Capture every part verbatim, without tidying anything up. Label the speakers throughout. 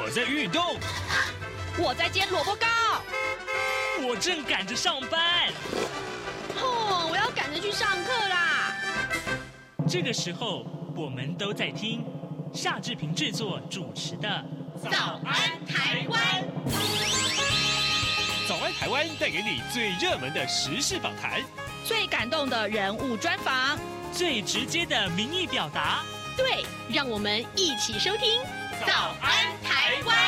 Speaker 1: 我在运动，
Speaker 2: 我在煎萝卜糕，
Speaker 1: 我正赶着上班。
Speaker 2: 哦，我要赶着去上课啦。
Speaker 1: 这个时候，我们都在听夏志平制作主持的《
Speaker 2: 早安台湾》。
Speaker 1: 早安台湾带给你最热门的时事访谈，
Speaker 2: 最感动的人物专访，
Speaker 1: 最直接的民意表达。
Speaker 2: 对，让我们一起收听《早安台湾》。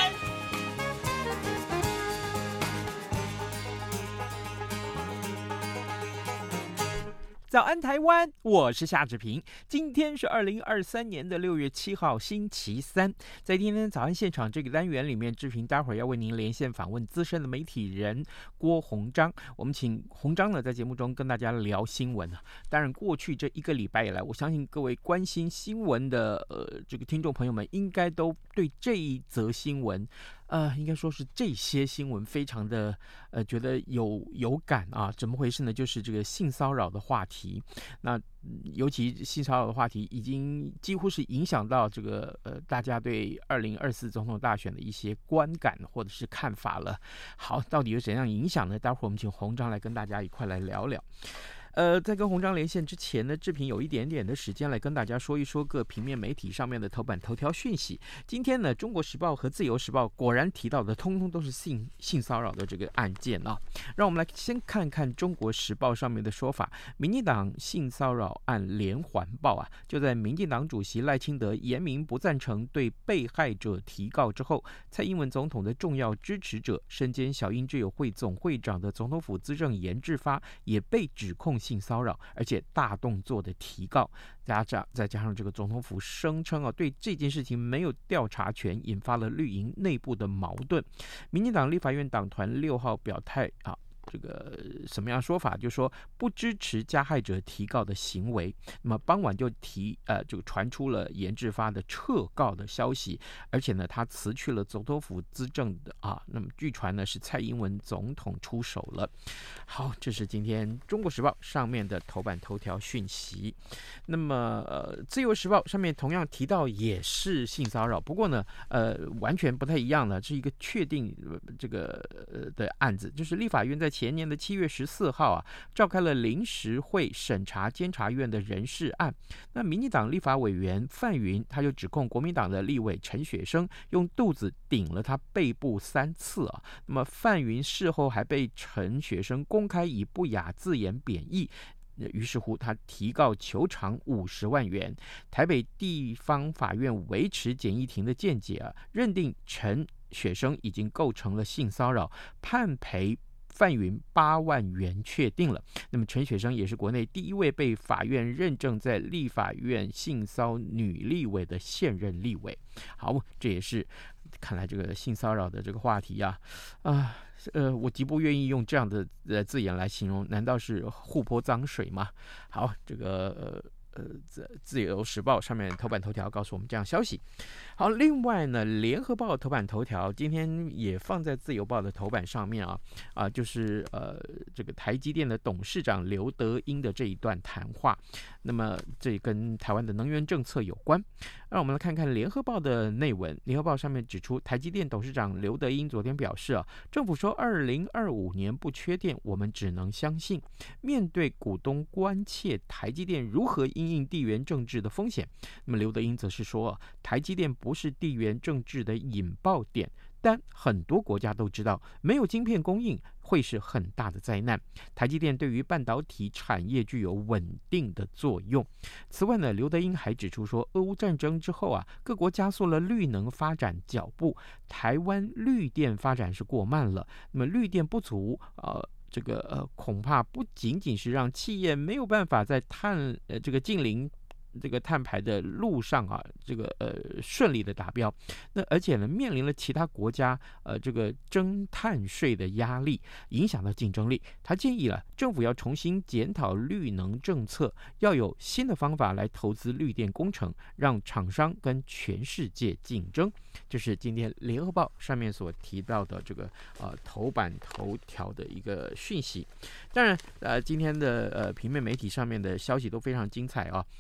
Speaker 3: 早安台湾，我是夏志平。今天是二零二三年的六月七号，星期三。在今天早安现场这个单元里面，志平待会儿要为您连线访问资深的媒体人郭鸿章。我们请鸿章呢在节目中跟大家聊新闻啊。当然，过去这一个礼拜以来，我相信各位关心新闻的呃这个听众朋友们，应该都对这一则新闻。呃，应该说是这些新闻非常的呃，觉得有有感啊。怎么回事呢？就是这个性骚扰的话题。那尤其性骚扰的话题，已经几乎是影响到这个呃大家对二零二四总统大选的一些观感或者是看法了。好，到底有怎样影响呢？待会儿我们请鸿章来跟大家一块来聊聊。呃，在跟鸿章连线之前呢，志平有一点点的时间来跟大家说一说各平面媒体上面的头版头条讯息。今天呢，《中国时报》和《自由时报》果然提到的，通通都是性性骚扰的这个案件啊。让我们来先看看《中国时报》上面的说法。民进党性骚扰案连环爆啊，就在民进党主席赖清德言明不赞成对被害者提告之后，蔡英文总统的重要支持者、身兼小英之友会总会长的总统府资政严志发也被指控性骚扰，而且大动作的提告，加上再加上这个总统府声称啊，对这件事情没有调查权，引发了绿营内部的矛盾。民进党立法院党团六号表态啊。这个什么样说法？就是说不支持加害者提告的行为。那么傍晚就提呃，就传出了严志发的撤告的消息，而且呢，他辞去了总统府资政的啊。那么据传呢，是蔡英文总统出手了。好，这是今天《中国时报》上面的头版头条讯息。那么呃，《自由时报》上面同样提到也是性骚扰，不过呢，呃，完全不太一样了，是一个确定这个呃的案子，就是立法院在前年的七月十四号啊，召开了临时会审查监察院的人事案。那民进党立法委员范云，他就指控国民党的立委陈雪生用肚子顶了他背部三次啊。那么范云事后还被陈雪生公开以不雅字眼贬义。于是乎，他提告求偿五十万元。台北地方法院维持简易庭的见解啊，认定陈雪生已经构成了性骚扰，判赔范云八万元确定了。那么陈雪生也是国内第一位被法院认证在立法院性骚女立委的现任立委。好，这也是看来这个性骚扰的这个话题啊，啊，呃，我极不愿意用这样的呃字眼来形容，难道是互泼脏水吗？好，这个呃。呃，自自由时报上面头版头条告诉我们这样消息。好，另外呢，联合报头版头条今天也放在自由报的头版上面啊啊，就是呃这个台积电的董事长刘德音的这一段谈话。那么这跟台湾的能源政策有关。让我们来看看联合报的内文。联合报上面指出，台积电董事长刘德音昨天表示啊，政府说二零二五年不缺电，我们只能相信。面对股东关切台积电如何因应地缘政治的风险，那么刘德音则是说，台积电不是地缘政治的引爆点，但很多国家都知道，没有晶片供应会是很大的灾难。台积电对于半导体产业具有稳定的作用。此外呢，刘德音还指出说，俄乌战争之后啊，各国加速了绿能发展脚步，台湾绿电发展是过慢了。那么绿电不足，呃。这个呃，恐怕不仅仅是让企业没有办法在碳呃这个近零这个碳排的路上啊，这个呃顺利的达标，那而且呢，面临了其他国家呃这个征碳税的压力，影响到竞争力。他建议了政府要重新检讨绿能政策，要有新的方法来投资绿电工程，让厂商跟全世界竞争。这是今天联合报上面所提到的这个呃头版头条的一个讯息。当然呃今天的呃平面媒体上面的消息都非常精彩啊。联合报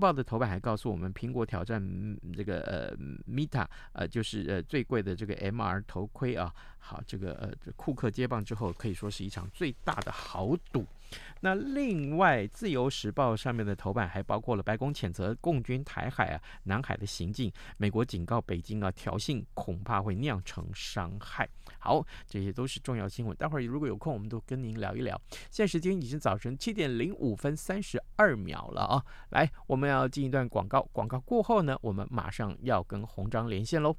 Speaker 3: 报的头版还告诉我们，苹果挑战这个呃 Meta， 呃就是呃最贵的这个 M R 头盔啊。好，这个呃库克接棒之后，可以说是一场最大的豪赌。那另外，《自由时报》上面的头版还包括了白宫谴责共军台海啊、南海的行径，美国警告北京啊，挑衅恐怕会酿成伤害。好，这些都是重要新闻。待会儿如果有空，我们都跟您聊一聊。现在时间已经早晨七点零五分三十二秒了啊！来，我们要进一段广告，广告过后呢，我们马上要跟洪章连线喽。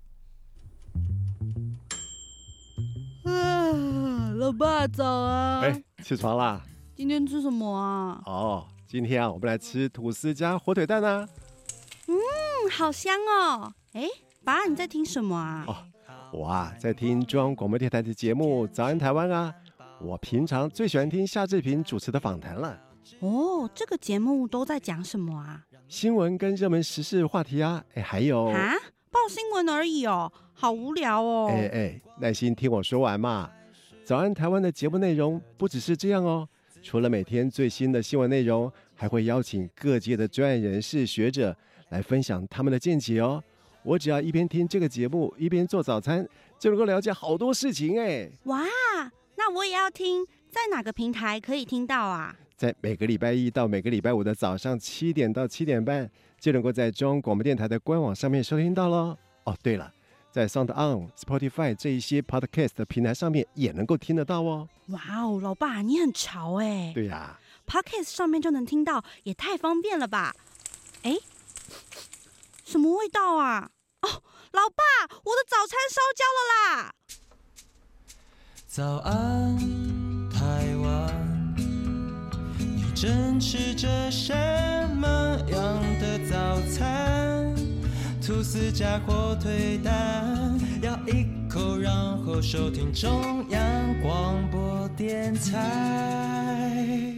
Speaker 4: 啊，老爸早啊！
Speaker 5: 哎，起床啦！
Speaker 4: 今天吃什么啊？
Speaker 5: 哦，今天啊，我们来吃吐司加火腿蛋啊。
Speaker 4: 嗯，好香哦！哎，爸，你在听什么啊？
Speaker 5: 哦，我啊在听中央广播电台的节目《早安台湾》啊。我平常最喜欢听夏志平主持的访谈了。
Speaker 4: 哦，这个节目都在讲什么啊？
Speaker 5: 新闻跟热门时事话题啊，哎，还有
Speaker 4: 啊，报新闻而已哦，好无聊哦。
Speaker 5: 哎哎，耐心听我说完嘛。早安台湾的节目内容不只是这样哦。除了每天最新的新闻内容，还会邀请各界的专业人士、学者来分享他们的见解哦。我只要一边听这个节目，一边做早餐，就能够了解好多事情哎。
Speaker 4: 哇，那我也要听，在哪个平台可以听到啊？
Speaker 5: 在每个礼拜一到每个礼拜五的早上七点到七点半，就能够在中央广播电台的官网上面收听到咯。哦，对了，在 SoundOn、Spotify 这一些 Podcast 的平台上面也能够听得到哦。
Speaker 4: 哇哦，老爸你很潮哎！
Speaker 5: 对呀、啊、
Speaker 4: ，Podcast 上面就能听到，也太方便了吧？哎，什么味道啊？哦，老爸，我的早餐烧焦了啦！
Speaker 6: 早安，台湾，你正吃着什么样的早餐？吐司加火腿蛋，咬一口，然后收听中央广播电台。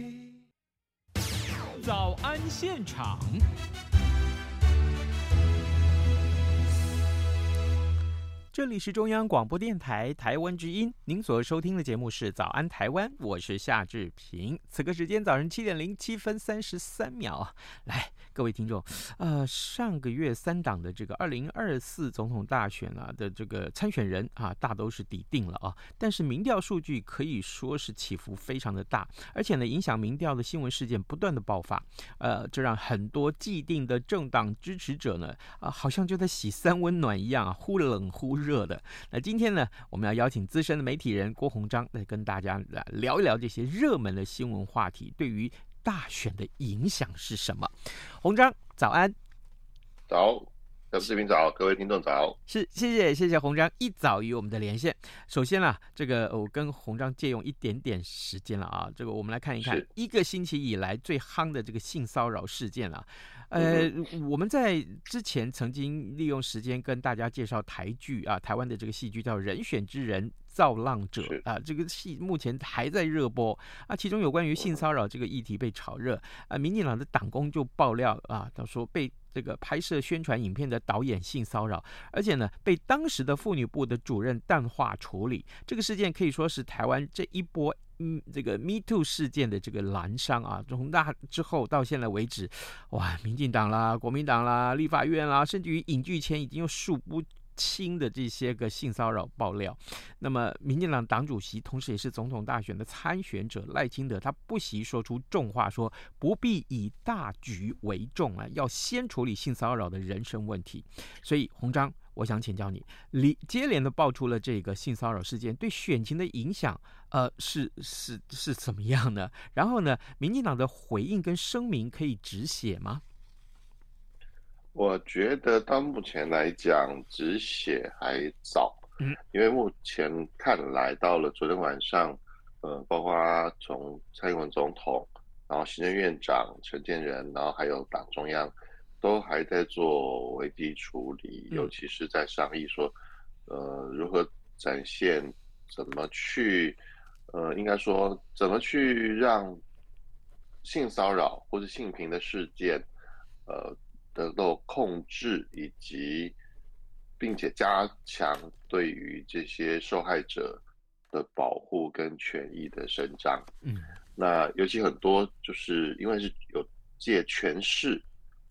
Speaker 3: 早安现场。这里是中央广播电台台湾之音，您所收听的节目是早安台湾，我是夏志平。此刻时间早上七点零七分三十三秒。来，各位听众，呃，上个月三党的这个二零二四总统大选啊的这个参选人啊，大都是底定了啊，但是民调数据可以说是起伏非常的大，而且呢，影响民调的新闻事件不断的爆发，呃，这让很多既定的政党支持者呢，啊、呃，好像就在洗三温暖一样啊，忽冷忽热。热的。那今天呢，我们要邀请资深的媒体人郭洪章来跟大家来聊一聊这些热门的新闻话题对于大选的影响是什么。洪章，早安。
Speaker 7: 早，小视频早，各位听众早。
Speaker 3: 是，谢谢谢谢洪章一早与我们的连线。首先啦，这个我跟洪章借用一点点时间了啊，这个我们来看一看一个星期以来最夯的这个性骚扰事件了。呃，我们在之前曾经利用时间跟大家介绍台剧啊，台湾的这个戏剧叫《人选之人造浪者》啊，这个戏目前还在热播啊，其中有关于性骚扰这个议题被炒热啊，民进党的党工就爆料啊，他说被这个拍摄宣传影片的导演性骚扰，而且呢被当时的妇女部的主任淡化处理。这个事件可以说是台湾这一波嗯这个 Me Too 事件的这个燃烧啊，从那之后到现在为止，哇，民进党啦、国民党啦、立法院啦，甚至于影剧圈已经有数不清的这些个性骚扰爆料。那么民进党党主席同时也是总统大选的参选者赖清德，他不惜说出重话，说不必以大局为重啊，要先处理性骚扰的人身问题。所以洪章，我想请教你，接连的爆出了这个性骚扰事件对选情的影响，呃，是是是怎么样呢？然后呢，民进党的回应跟声明可以止血吗？
Speaker 7: 我觉得到目前来讲，止血还早，
Speaker 3: 嗯，
Speaker 7: 因为目前看来，到了昨天晚上，呃，包括从蔡英文总统，然后行政院长陈建仁，然后还有党中央，都还在做危机处理，尤其是在商议说，呃，如何展现，怎么去，呃，应该说怎么去让性骚扰或是性平的事件，呃。得到控制，以及并且加强对于这些受害者的保护跟权益的伸张。
Speaker 3: 嗯，
Speaker 7: 那尤其很多就是因为是有借权势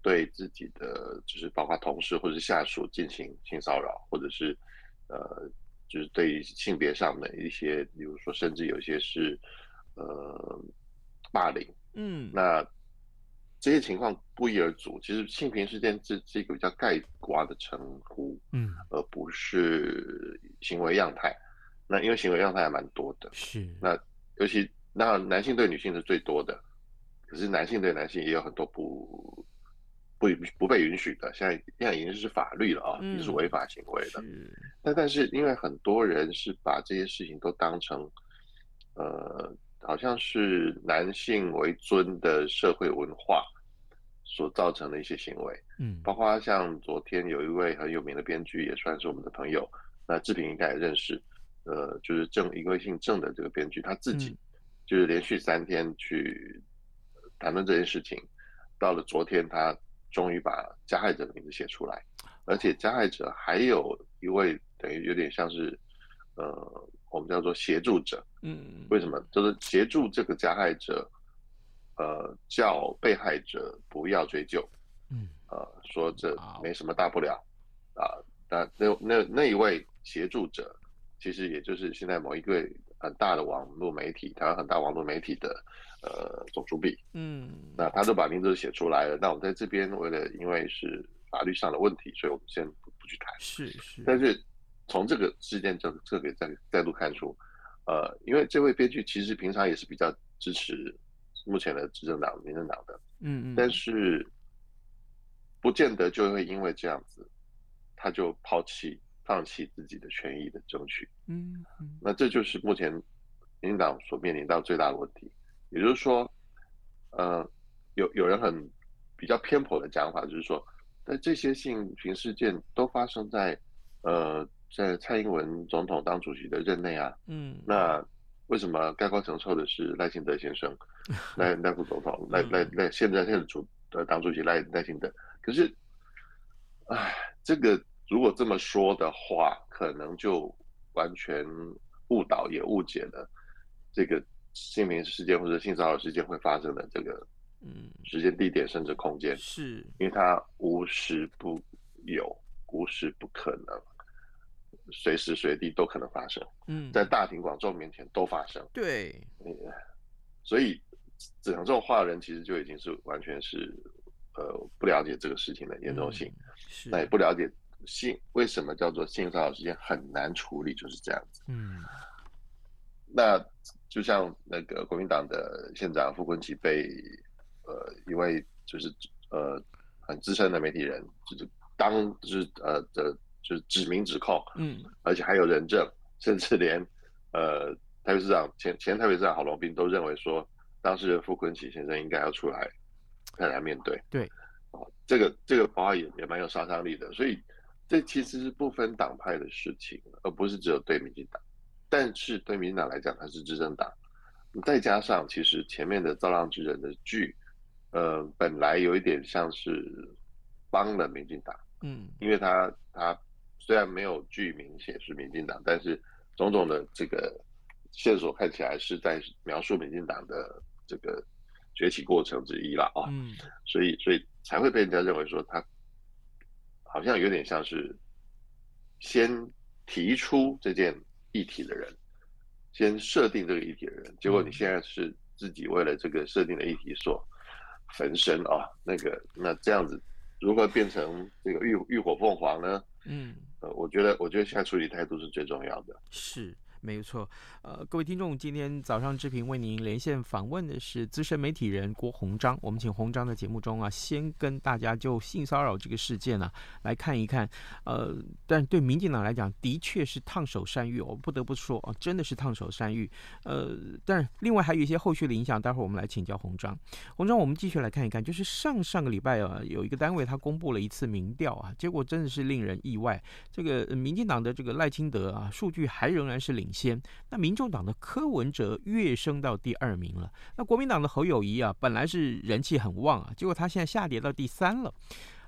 Speaker 7: 对自己的就是包括同事或者是下属进行性骚扰，或者是呃就是对于性别上的一些，比如说甚至有些是呃霸凌，
Speaker 3: 嗯，
Speaker 7: 那这些情况不一而足。其实性平事件是是一个比较概括的称呼，
Speaker 3: 嗯，
Speaker 7: 而不是行为样态。那因为行为样态还蛮多的，
Speaker 3: 是，
Speaker 7: 那尤其那男性对女性是最多的，可是男性对男性也有很多不不不被允许的，现在现在已经是法律了啊，
Speaker 3: 嗯
Speaker 7: 已经是违法行为的。
Speaker 3: 是，
Speaker 7: 但但是因为很多人是把这些事情都当成呃好像是男性为尊的社会文化所造成的一些行为，
Speaker 3: 嗯，
Speaker 7: 包括像昨天有一位很有名的编剧，也算是我们的朋友，那志平应该也认识，呃，就是郑一位姓郑的这个编剧，他自己
Speaker 3: 嗯
Speaker 7: 就是连续三天去谈论这件事情，到了昨天他终于把加害者的名字写出来，而且加害者还有一位等于有点像是呃我们叫做协助者，
Speaker 3: 嗯，
Speaker 7: 为什么？就是协助这个加害者，呃，叫被害者不要追究，
Speaker 3: 嗯，
Speaker 7: 呃，说这没什么大不了，啊、那那那那一位协助者，其实也就是现在某一个很大的网络媒体，台湾很大网络媒体的呃总主笔，
Speaker 3: 嗯，
Speaker 7: 那他都把名字写出来了。那我们在这边为了因为是法律上的问题，所以我们先不不去谈。
Speaker 3: 是是，
Speaker 7: 但是从这个事件就这个再再度看出，呃，因为这位编剧其实平常也是比较支持目前的执政党民进党的，
Speaker 3: 嗯嗯，
Speaker 7: 但是不见得就会因为这样子，他就抛弃放弃自己的权益的争取。
Speaker 3: 嗯嗯，
Speaker 7: 那这就是目前民进党所面临到最大的问题。也就是说，呃，有有人很比较偏颇的讲法，就是说，在这些性平事件都发生在呃在蔡英文总统当主席的任内啊，
Speaker 3: 嗯，
Speaker 7: 那为什么盖棺承受的是赖清德先生，赖赖副总统，赖赖赖现在现在主呃党主席赖赖清德？可是，唉，这个如果这么说的话，可能就完全误导也误解了这个性平事件或者性骚扰事件会发生的这个
Speaker 3: 嗯
Speaker 7: 时间、地点甚至空间，
Speaker 3: 是，
Speaker 7: 因为它无时不有，无时不可能，随时随地都可能发生，
Speaker 3: 嗯，
Speaker 7: 在大庭广众面前都发生。
Speaker 3: 对，
Speaker 7: 所以讲这种话的人，其实就已经是完全是呃不了解这个事情的严重性，
Speaker 3: 嗯是，
Speaker 7: 那也不了解性为什么叫做性骚扰事件很难处理，就是这样子。
Speaker 3: 嗯
Speaker 7: 那就像那个国民党的县长傅昆萁被呃一位就是呃很资深的媒体人，就是当就是呃的就是指名指控，
Speaker 3: 嗯
Speaker 7: 而且还有人证，甚至连呃台北市长前前台北市长郝龙斌都认为说，当事人傅昆萁先生应该要出来再来面对。
Speaker 3: 对，
Speaker 7: 哦，这个这个话也也蛮有杀伤力的，所以这其实是不分党派的事情，而不是只有对民进党。但是对民进党来讲，它是执政党，再加上其实前面的《造浪之人》的剧，呃，本来有一点像是帮了民进党，
Speaker 3: 嗯
Speaker 7: 因为他他虽然没有剧名写是民进党，但是种种的这个线索看起来是在描述民进党的这个崛起过程之一啦啊，
Speaker 3: 嗯
Speaker 7: 所以所以才会被人家认为说他好像有点像是先提出这件议题的人，先设定这个议题的人，结果你现在是自己为了这个设定的议题所焚身啊，那个那这样子如何变成这个浴浴火凤凰呢？
Speaker 3: 嗯，
Speaker 7: 呃，我觉得我觉得现在处理态度是最重要的。
Speaker 3: 是。没有错，呃，各位听众，今天早上志平为您连线访问的是资深媒体人郭鸿章。我们请鸿章的节目中啊，先跟大家就性骚扰这个事件啊来看一看。呃，但对民进党来讲，的确是烫手山芋，我不得不说啊，真的是烫手山芋。呃，但另外还有一些后续的影响，待会儿我们来请教鸿章。鸿章，我们继续来看一看，就是上上个礼拜啊，有一个单位他公布了一次民调啊，结果真的是令人意外。这个民进党的这个赖清德啊，数据还仍然是领先，那民众党的柯文哲跃升到第二名了。那国民党的侯友宜啊，本来是人气很旺啊，结果他现在下跌到第三了。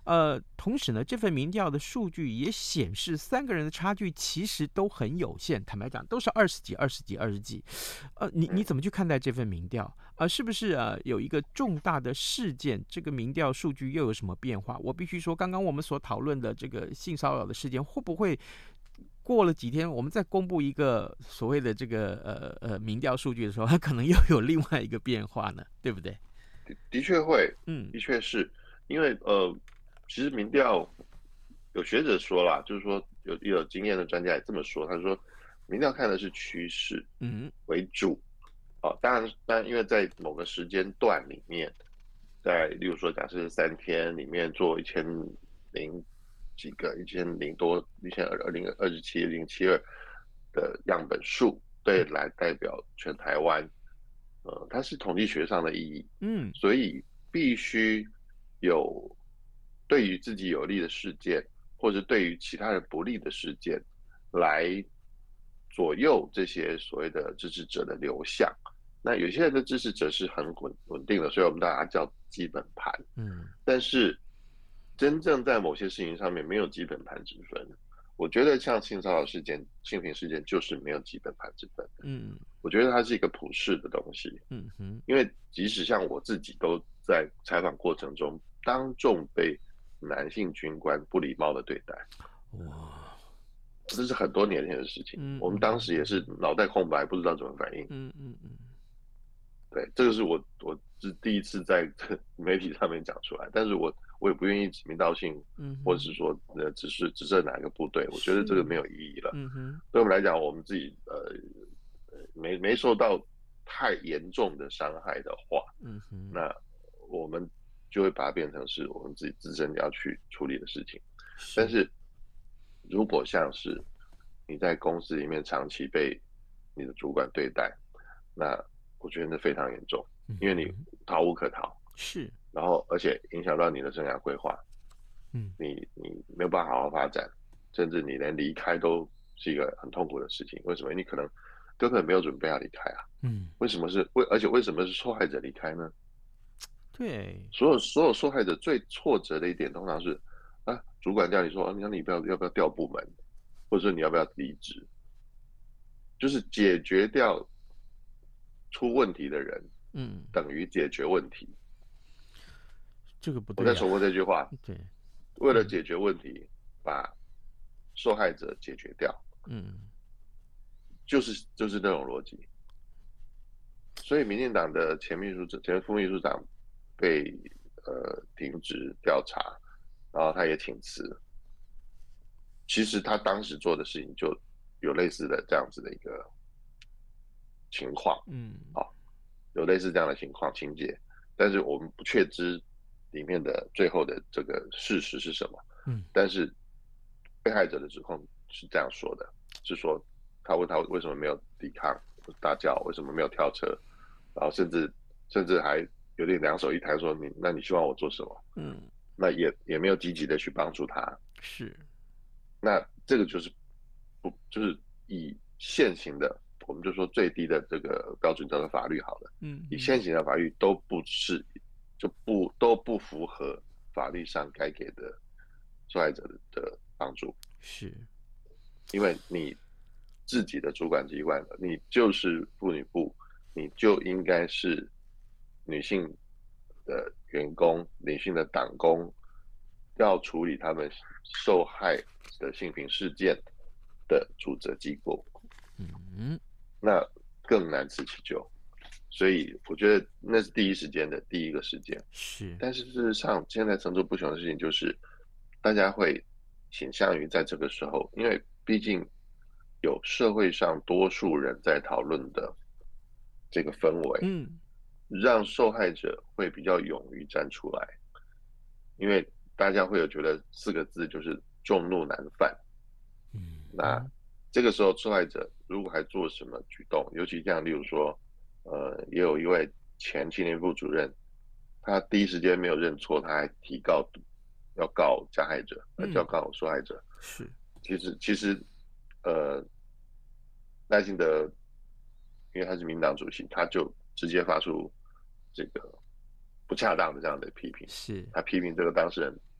Speaker 3: 呃，同时呢，这份民调的数据也显示，三个人的差距其实都很有限。坦白讲，都是二十几、二十几、二十几。呃，你你怎么去看待这份民调？啊、呃，是不是呃有一个重大的事件，这个民调数据又有什么变化？我必须说，刚刚我们所讨论的这个性骚扰的事件，会不会过了几天，我们再公布一个所谓的这个呃呃民调数据的时候，它可能又有另外一个变化呢？对不对？
Speaker 7: 的的确会，
Speaker 3: 嗯，
Speaker 7: 的确是因为呃，其实民调有学者说啦，就是说有有经验的专家也这么说，他说民调看的是趋势，嗯为主。哦，当然，当然，因为在某个时间段里面，在例如说，假设三天里面做一千零几个、一千零多、一千二零二十七零七二的样本数，对，来代表全台湾，呃，它是统计学上的意义，嗯，所以必须有对于自己有利的事件，或者对于其他人不利的事件，来左右这些所谓的支持者的流向。那有些人的支持者是很稳稳定的，所以我们大家叫基本盘。嗯，但是真正在某些事情上面没有基本盘之分。我觉得像性骚扰事件、性平事件就是没有基本盘之分的。嗯，我觉得它是一个普世的东西。嗯哼，因为即使像我自己都在采访过程中当众被男性军官不礼貌的对待。哇！这是很多年前的事情。嗯，我们当时也是脑袋空白，不知道怎么反应。嗯嗯嗯。对，这个是我我是第一次在媒体上面讲出来，但是我我也不愿意指名道姓，嗯，或者是说呃只是指涉哪个部队，我觉得这个没有意义了。嗯哼，对我们来讲，我们自己呃没没受到太严重的伤害的话，嗯哼，那我们就会把它变成是我们自己自身要去处理的事情。是，但是如果像是你在公司里面长期被你的主管对待，那我觉得那非常严重，因为你逃无可逃，是，然后而且影响到你的生涯规划，嗯，你你没有办法好好发展，甚至你连离开都是一个很痛苦的事情。为什么？你可能根本没有准备要离开啊，嗯，为什么是为而且为什么是受害者离开呢？
Speaker 3: 对，
Speaker 7: 所有所有受害者最挫折的一点，通常是啊，主管叫你说，你、啊、你不要要不要调部门，或者说你要不要离职，就是解决掉出问题的人，嗯，等于解决问题。
Speaker 3: 这个不对、啊。
Speaker 7: 我再重复这句话。
Speaker 3: 对，
Speaker 7: 为了解决问题，嗯、把受害者解决掉，嗯，就是就是这种逻辑。所以，民进党的前秘书长、前副秘书长被呃停职调查，然后他也请辞。其实他当时做的事情就有类似的这样子的一个情况，嗯，好，有类似这样的情况情节，但是我们不确知里面的最后的这个事实是什么，嗯，但是被害者的指控是这样说的，是说他问他为什么没有抵抗大叫，为什么没有跳车，然后甚至甚至还有点两手一摊说你那你希望我做什么，嗯，那也也没有积极的去帮助他，
Speaker 3: 是，
Speaker 7: 那这个就是不就是以现行的。我们就说最低的这个标准叫做法律好了，嗯，以现行的法律都不是，就不都不符合法律上该给的受害者的帮助，
Speaker 3: 是，
Speaker 7: 因为你自己的主管机关，你就是妇女部，你就应该是女性的员工、女性的党工，要处理他们受害的性平事件的主责机构，嗯。那更难辞其咎，所以我觉得那是第一时间的第一个事件。
Speaker 3: 是，
Speaker 7: 但是事实上，现在层出不穷的事情就是，大家会倾向于在这个时候，因为毕竟有社会上多数人在讨论的这个氛围，嗯，让受害者会比较勇于站出来，因为大家会有觉得四个字就是众怒难犯，嗯，那。这个时候，受害者如果还做什么举动，尤其这样，例如说，呃，也有一位前青年部主任，他第一时间没有认错，他还提告，要告加害者，呃，要告受害者。
Speaker 3: 是，
Speaker 7: 其实其实，呃，赖清德，因为他是民进党主席，他就直接发出这个不恰当的这样的批评。
Speaker 3: 是，
Speaker 7: 他批评这个当事人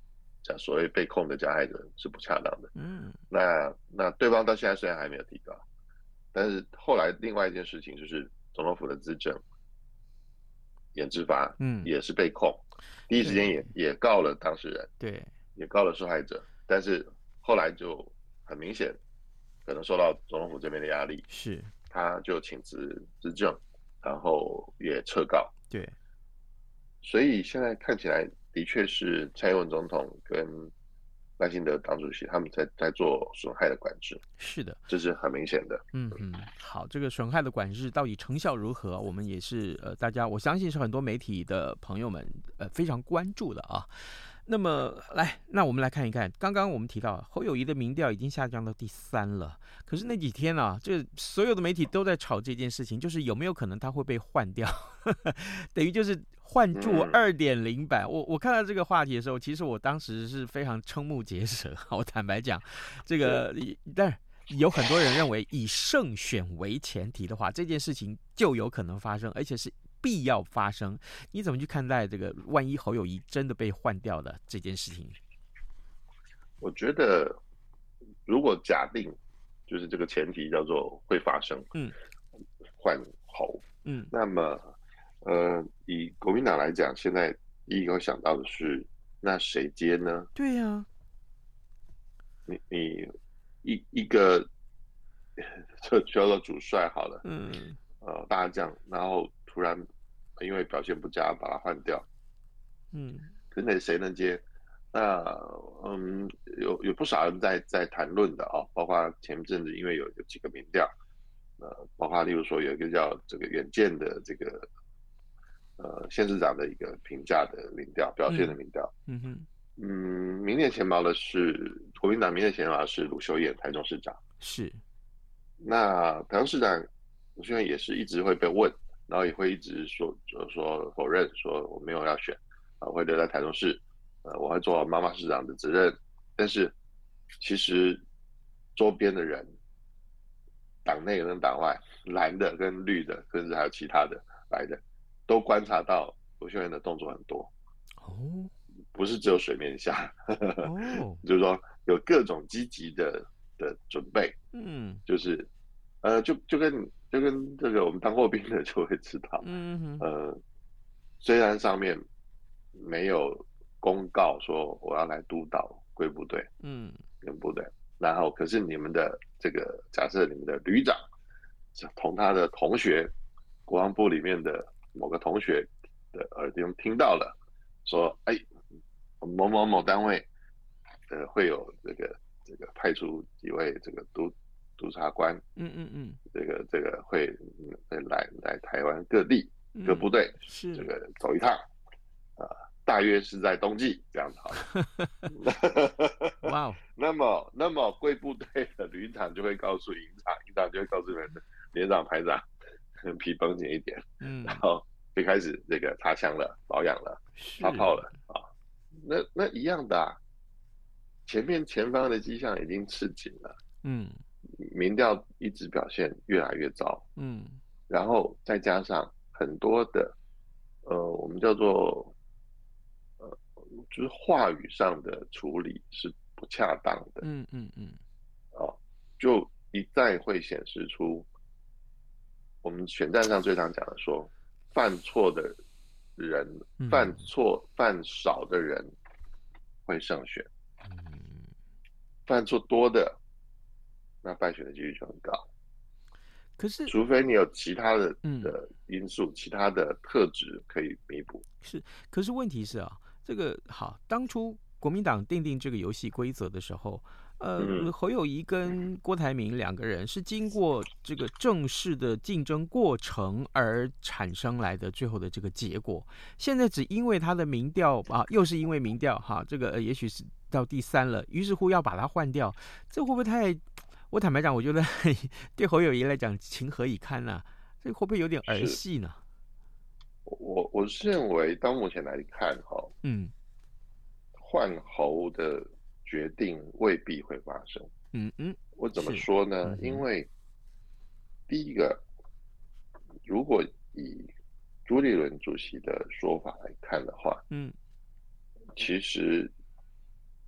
Speaker 7: 讲所谓被控的加害者是不恰当的。
Speaker 3: 嗯，
Speaker 7: 那那对方到现在虽然还没有提告，但是后来另外一件事情就是总统府的资政严志发，
Speaker 3: 嗯，
Speaker 7: 也是被控，第一时间也也告了当事人，
Speaker 3: 对，
Speaker 7: 也告了受害者，但是后来就很明显，可能受到总统府这边的压力，
Speaker 3: 是，
Speaker 7: 他就请辞资政，然后也撤告，
Speaker 3: 对，
Speaker 7: 所以现在看起来的确是蔡英文总统跟赖清德党主席他们在在做损害的管制，
Speaker 3: 是的，
Speaker 7: 这是很明显的。
Speaker 3: 嗯嗯，好，这个损害的管制到底成效如何？我们也是呃，大家我相信是很多媒体的朋友们呃非常关注的啊。那么来，那我们来看一看，刚刚我们提到侯友宜的民调已经下降到第三了，可是那几天啊，这所有的媒体都在吵这件事情，就是有没有可能他会被换掉，等于就是换注二点零版。我我看到这个话题的时候，其实我当时是非常瞠目结舌。我坦白讲，这个但是有很多人认为以胜选为前提的话，这件事情就有可能发生，而且是必要发生。你怎么去看待这个万一侯友宜真的被换掉的这件事情？
Speaker 7: 我觉得，如果假定就是这个前提叫做会发生，
Speaker 3: 嗯，
Speaker 7: 换侯，
Speaker 3: 嗯，
Speaker 7: 那么呃，以国民党来讲，现在第一个会想到的是，那谁接呢？
Speaker 3: 对呀、啊，
Speaker 7: 你你一一个就叫做主帅好了，
Speaker 3: 嗯，
Speaker 7: 呃，大将，然后突然因为表现不佳把他换掉，
Speaker 3: 嗯，
Speaker 7: 可是那谁能接？那嗯，有有不少人在在谈论的哦，包括前阵子因为有有几个民调，呃，包括例如说有一个叫这个远见的这个呃县市长的一个评价的民调，表现的民调，
Speaker 3: 嗯哼，
Speaker 7: 嗯，名列前茅的是国民党名列前茅的是卢秀燕台中市长，
Speaker 3: 是，
Speaker 7: 那台中市长卢秀燕也是一直会被问，然后也会一直说说否认说我没有要选啊，会留在台中市。呃，我会做好妈妈市长的责任，但是其实周边的人，党内跟党外，蓝的跟绿的，甚至还有其他的来的，都观察到卢秀燕的动作很多。
Speaker 3: 哦，
Speaker 7: 不是只有水面下，
Speaker 3: 哦，
Speaker 7: 就是说有各种积极的的准备，
Speaker 3: 嗯，
Speaker 7: 就是呃，就就跟就跟这个我们当过兵的就会知道，
Speaker 3: 嗯哼，
Speaker 7: 呃，虽然上面没有公告说我要来督导贵部队，
Speaker 3: 嗯，
Speaker 7: 跟部队，然后可是你们的这个假设你们的旅长同他的同学，国防部里面的某个同学的耳中听到了，说哎，某某某单位呃会有这个这个派出几位这个督督察官，
Speaker 3: 嗯嗯嗯，
Speaker 7: 这个这个会会来来台湾各地各部队、
Speaker 3: 嗯、是
Speaker 7: 这个走一趟，啊、呃。大约是在冬季这样子好了。
Speaker 3: 哇哦！
Speaker 7: 那么，那么贵部队的旅长就会告诉营长，营长就会告诉你们的连长、排长，皮绷紧一点，
Speaker 3: 嗯，
Speaker 7: 然后就开始这个擦枪了、保养了、发炮了啊。那那一样的啊，前面前方的迹象已经吃紧了，
Speaker 3: 嗯，
Speaker 7: 民调一直表现越来越糟，
Speaker 3: 嗯，
Speaker 7: 然后再加上很多的呃，我们叫做。就是话语上的处理是不恰当的，
Speaker 3: 嗯嗯嗯，
Speaker 7: 哦，就一再会显示出我们选战上最常讲的说，犯错的人、
Speaker 3: 嗯、
Speaker 7: 犯错犯少的人会胜选，
Speaker 3: 嗯，
Speaker 7: 犯错多的，那败选的几率就很高。
Speaker 3: 可是，
Speaker 7: 除非你有其他的
Speaker 3: 嗯
Speaker 7: 的因素、其他的特质可以弥补。
Speaker 3: 是，可是问题是啊。这个好，当初国民党定定这个游戏规则的时候，呃，
Speaker 7: 嗯、
Speaker 3: 侯友宜跟郭台铭两个人是经过这个正式的竞争过程而产生来的最后的这个结果。现在只因为他的民调啊，又是因为民调哈，这个、呃、也许是到第三了，于是乎要把他换掉，这会不会太？我坦白讲，我觉得对侯友宜来讲情何以堪啊？这会不会有点儿戏呢？
Speaker 7: 我我是认为到目前来看哈，
Speaker 3: 嗯，
Speaker 7: 换侯的决定未必会发生。
Speaker 3: 嗯嗯，
Speaker 7: 我怎么说呢？
Speaker 3: 嗯、
Speaker 7: 因为第一个，如果以朱立伦主席的说法来看的话，
Speaker 3: 嗯，
Speaker 7: 其实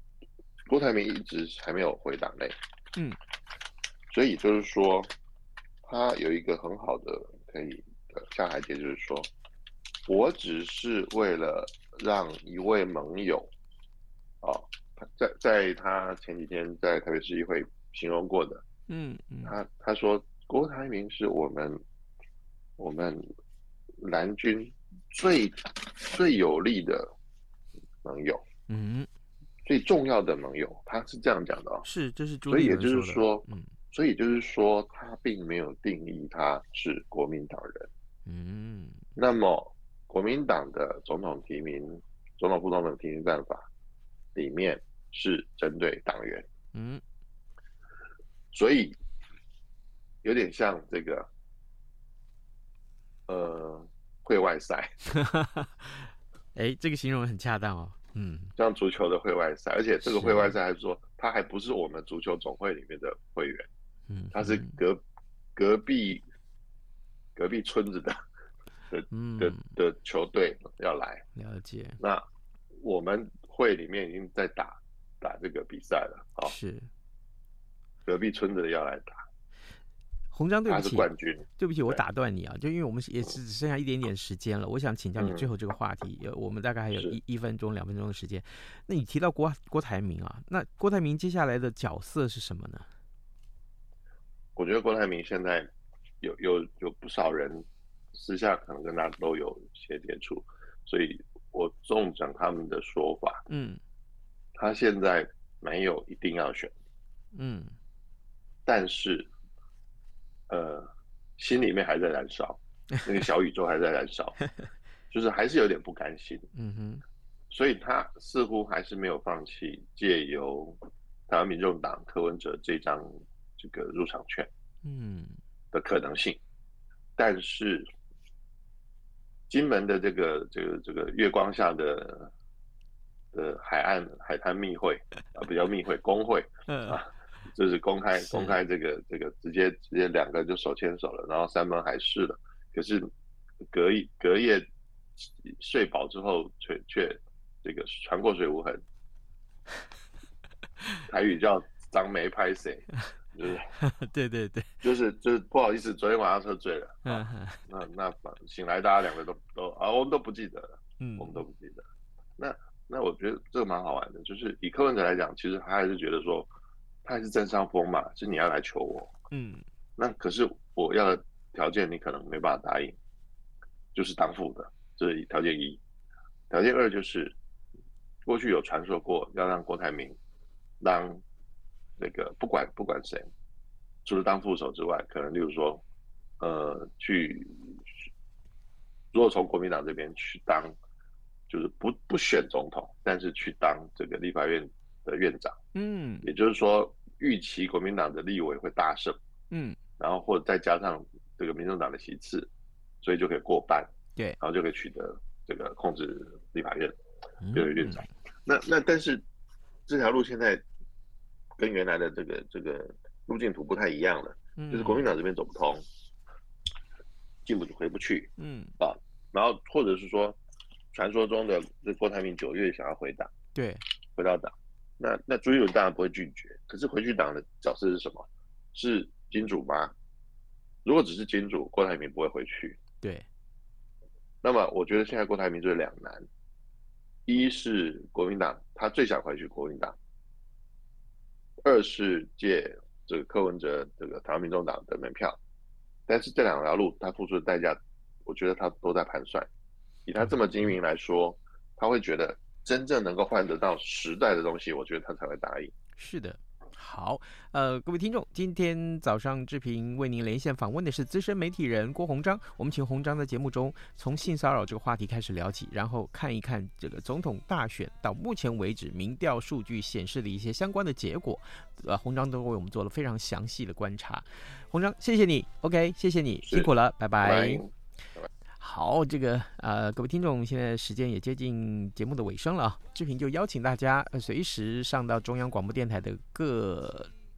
Speaker 7: 郭台铭一直还没有回党内，
Speaker 3: 嗯，
Speaker 7: 所以就是说，他有一个很好的可以下台阶，就是说，我只是为了让一位盟友，哦，在在他前几天在台北市议会形容过的，
Speaker 3: 嗯嗯，
Speaker 7: 他他说郭台铭是我们我们蓝军最最有力的盟友，
Speaker 3: 嗯，
Speaker 7: 最重要的盟友，他是这样讲的哦。
Speaker 3: 是，这是朱
Speaker 7: 所以也
Speaker 3: 立伦
Speaker 7: 就是说，
Speaker 3: 嗯，
Speaker 7: 所以就是说，他并没有定义他是国民党人。
Speaker 3: 嗯，
Speaker 7: 那么国民党的总统提名、总统副总统提名办法里面是针对党员，
Speaker 3: 嗯，
Speaker 7: 所以有点像这个呃会外赛。
Speaker 3: 哎，这个形容很恰当哦。嗯，
Speaker 7: 像足球的会外赛，而且这个会外赛还是说，他还不是我们足球总会里面的会员，
Speaker 3: 嗯，
Speaker 7: 他是隔隔壁隔壁村子的的、
Speaker 3: 嗯、
Speaker 7: 的的球队要来。
Speaker 3: 了解。
Speaker 7: 那我们会里面已经在打打这个比赛了，哦，
Speaker 3: 是
Speaker 7: 隔壁村子的要来打。
Speaker 3: 洪章，对不起，
Speaker 7: 他是冠军。
Speaker 3: 对不起，我打断你啊，就因为我们也是只剩下一点点时间了，我想请教你
Speaker 7: 嗯
Speaker 3: 最后这个话题，嗯、我们大概还有
Speaker 7: 是
Speaker 3: 一一分钟、两分钟的时间。那你提到郭郭台铭啊，那郭台铭接下来的角色是什么呢？
Speaker 7: 我觉得郭台铭现在有有有不少人私下可能跟他都有些接触，所以我重讲他们的说法。
Speaker 3: 嗯，
Speaker 7: 他现在没有一定要选，
Speaker 3: 嗯，
Speaker 7: 但是。呃，心里面还在燃烧，那个小宇宙还在燃烧，就是还是有点不甘心。
Speaker 3: 嗯哼，
Speaker 7: 所以他似乎还是没有放弃借由台湾民众党柯文哲这张这个入场券，嗯的可能性。但是金门的这个这个这个月光下的的海岸海滩密会啊，不叫密会，公会啊。就是公开公开这个这个直接直接两个就手牵手了，然后山盟海誓了。可是隔一隔夜睡饱之后，却却这个船过水无痕。台语叫张梅拍谁，就是
Speaker 3: 对对对，
Speaker 7: 就是就是不好意思，昨天晚上喝醉了。啊、那那醒来大家两个都都啊，我们都不记得了，嗯，我们都不记得。那那我觉得这个蛮好玩的，就是以柯文哲来讲，其实他还是觉得说。他还是正上风嘛，是你要来求我，嗯，那可是我要的条件你可能没办法答应，就是当副的，这是条件一。条件二就是过去有传说过要让郭台铭当那个不管不管谁，除了当副手之外，可能例如说，呃，去如果从国民党这边去当，就是不不选总统，但是去当这个立法院的院长，嗯，也就是说预期国民党的立委会大胜，嗯，然后或者再加上这个民众党的席次，所以就可以过半，对，然后就可以取得这个控制立法院这个院长。嗯、那那但是这条路现在跟原来的这个这个路径图不太一样了，嗯、就是国民党这边走不通，进不回不去，嗯啊，然后或者是说传说中的这郭台铭九月想要回党，对，回到党。那那朱立伦当然不会拒绝，可是回去党的角色是什么？是金主吗？如果只是金主，郭台铭不会回去。对。那么我觉得现在郭台铭就是两难，一是国民党他最想回去国民党，二是借这个柯文哲这个台湾民众党的门票，但是这两条路他付出的代价，我觉得他都在盘算。以他这么精明来说，他会觉得。真正能够换得到时代的东西，我觉得他才会答应。是的，好，呃，各位听众，今天早上志平为您连线访问的是资深媒体人郭洪章。我们请洪章在节目中从性骚扰这个话题开始聊起，然后看一看这个总统大选到目前为止民调数据显示的一些相关的结果。呃，洪章都为我们做了非常详细的观察。洪章，谢谢你 ，OK， 谢谢你，辛苦了，拜拜。拜拜。好，这个呃，各位听众，现在时间也接近节目的尾声了啊。志平就邀请大家呃随时上到中央广播电台的各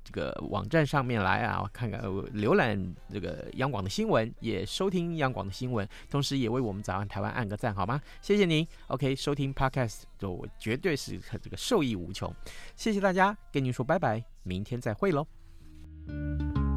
Speaker 3: 这个网站上面来啊，看看浏览这个央广的新闻，也收听央广的新闻，同时也为我们早安台湾按个赞好吗？谢谢您。OK， 收听 Podcast 就绝对是这个受益无穷，谢谢大家，跟您说拜拜，明天再会喽。